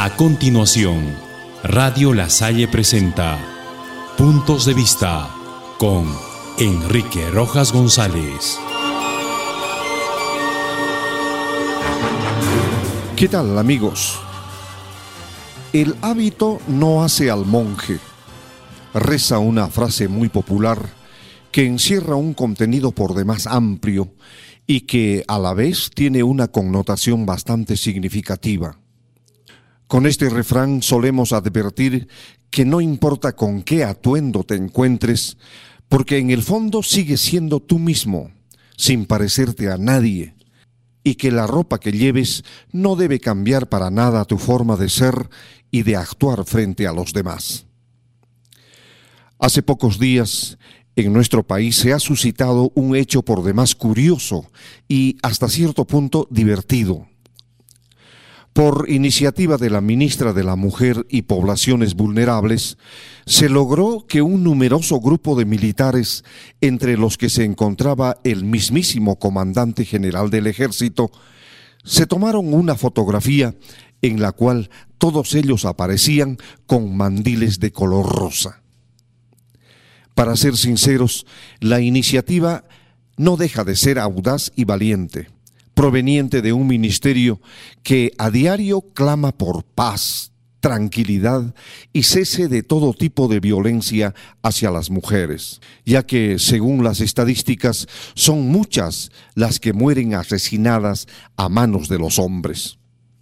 A continuación, Radio La Salle presenta Puntos de Vista con Enrique Rojas González. ¿Qué tal, amigos? El hábito no hace al monje. Reza una frase muy popular que encierra un contenido por demás amplio y que a la vez tiene una connotación bastante significativa. Con este refrán solemos advertir que no importa con qué atuendo te encuentres, porque en el fondo sigues siendo tú mismo, sin parecerte a nadie, y que la ropa que lleves no debe cambiar para nada tu forma de ser y de actuar frente a los demás. Hace pocos días, en nuestro país se ha suscitado un hecho por demás curioso y hasta cierto punto divertido. Por iniciativa de la ministra de la Mujer y Poblaciones Vulnerables, se logró que un numeroso grupo de militares, entre los que se encontraba el mismísimo comandante general del Ejército, se tomaron una fotografía en la cual todos ellos aparecían con mandiles de color rosa. Para ser sinceros, la iniciativa no deja de ser audaz y valiente, proveniente de un ministerio que a diario clama por paz, tranquilidad y cese de todo tipo de violencia hacia las mujeres, ya que, según las estadísticas, son muchas las que mueren asesinadas a manos de los hombres.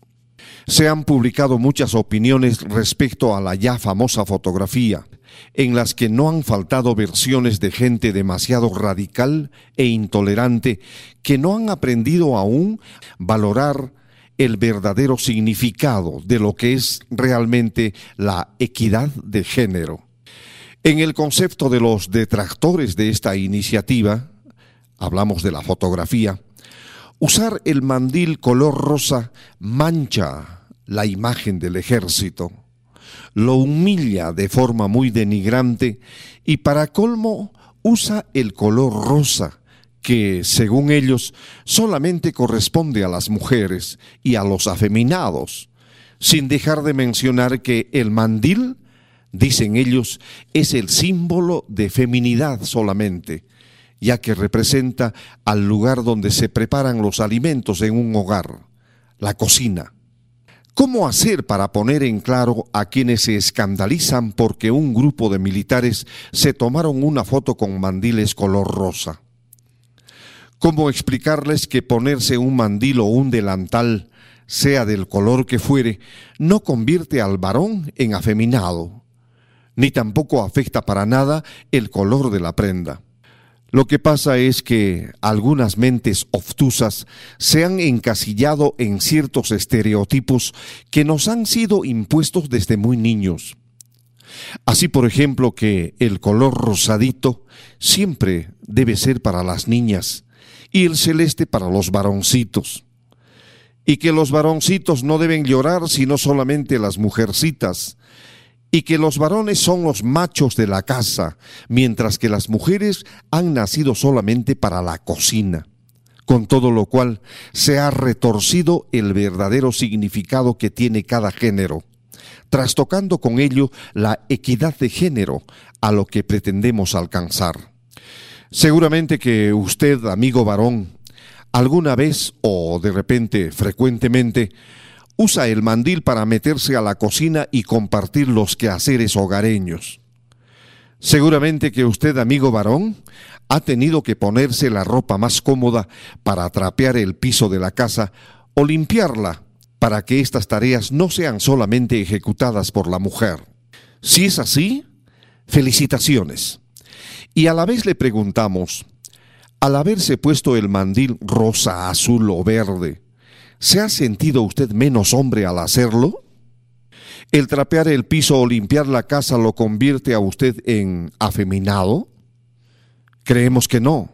Se han publicado muchas opiniones respecto a la ya famosa fotografía, en las que no han faltado versiones de gente demasiado radical e intolerante que no han aprendido aún a valorar el verdadero significado de lo que es realmente la equidad de género. En el concepto de los detractores de esta iniciativa, hablamos de la fotografía, usar el mandil color rosa mancha la imagen del ejército, lo humilla de forma muy denigrante y para colmo usa el color rosa que, según ellos, solamente corresponde a las mujeres y a los afeminados, sin dejar de mencionar que el mandil, dicen ellos, es el símbolo de feminidad solamente, ya que representa al lugar donde se preparan los alimentos en un hogar, la cocina. ¿Cómo hacer para poner en claro a quienes se escandalizan porque un grupo de militares se tomaron una foto con mandiles color rosa? ¿Cómo explicarles que ponerse un mandil o un delantal, sea del color que fuere, no convierte al varón en afeminado, ni tampoco afecta para nada el color de la prenda? Lo que pasa es que algunas mentes obtusas se han encasillado en ciertos estereotipos que nos han sido impuestos desde muy niños. Así, por ejemplo, que el color rosadito siempre debe ser para las niñas y el celeste para los varoncitos. Y que los varoncitos no deben llorar sino solamente las mujercitas. Y que los varones son los machos de la casa, mientras que las mujeres han nacido solamente para la cocina. Con todo lo cual se ha retorcido el verdadero significado que tiene cada género, trastocando con ello la equidad de género a lo que pretendemos alcanzar. Seguramente que usted, amigo varón, alguna vez o de repente frecuentemente usa el mandil para meterse a la cocina y compartir los quehaceres hogareños. Seguramente que usted, amigo varón, ha tenido que ponerse la ropa más cómoda para trapear el piso de la casa o limpiarla para que estas tareas no sean solamente ejecutadas por la mujer. Si es así, felicitaciones. Y a la vez le preguntamos, al haberse puesto el mandil rosa, azul o verde, ¿se ha sentido usted menos hombre al hacerlo? ¿El trapear el piso o limpiar la casa lo convierte a usted en afeminado? Creemos que no.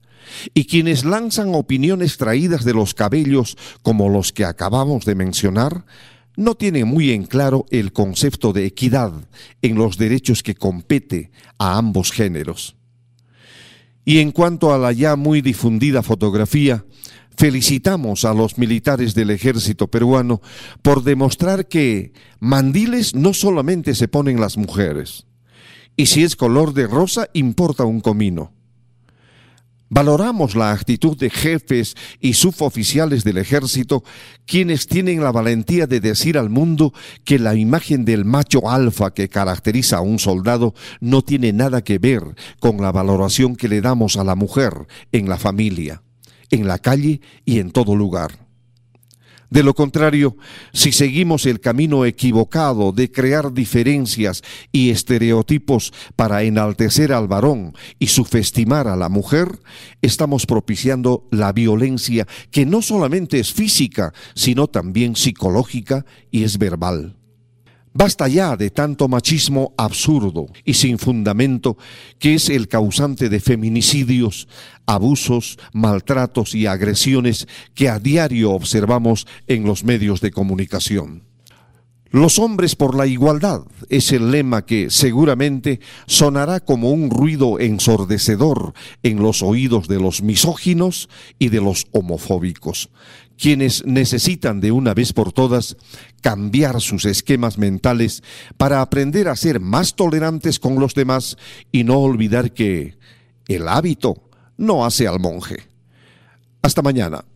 Y quienes lanzan opiniones traídas de los cabellos, como los que acabamos de mencionar, no tienen muy en claro el concepto de equidad en los derechos que compete a ambos géneros. Y en cuanto a la ya muy difundida fotografía, Felicitamos a los militares del ejército peruano por demostrar que mandiles no solamente se ponen las mujeres, y si es color de rosa importa un comino. Valoramos la actitud de jefes y suboficiales del ejército, quienes tienen la valentía de decir al mundo que la imagen del macho alfa que caracteriza a un soldado no tiene nada que ver con la valoración que le damos a la mujer en la familia, en la calle y en todo lugar. De lo contrario, si seguimos el camino equivocado de crear diferencias y estereotipos para enaltecer al varón y subestimar a la mujer, estamos propiciando la violencia que no solamente es física, sino también psicológica y es verbal. Basta ya de tanto machismo absurdo y sin fundamento que es el causante de feminicidios, abusos, maltratos y agresiones que a diario observamos en los medios de comunicación. Los hombres por la igualdad es el lema que seguramente sonará como un ruido ensordecedor en los oídos de los misóginos y de los homofóbicos, quienes necesitan de una vez por todas cambiar sus esquemas mentales para aprender a ser más tolerantes con los demás y no olvidar que el hábito no hace al monje. Hasta mañana.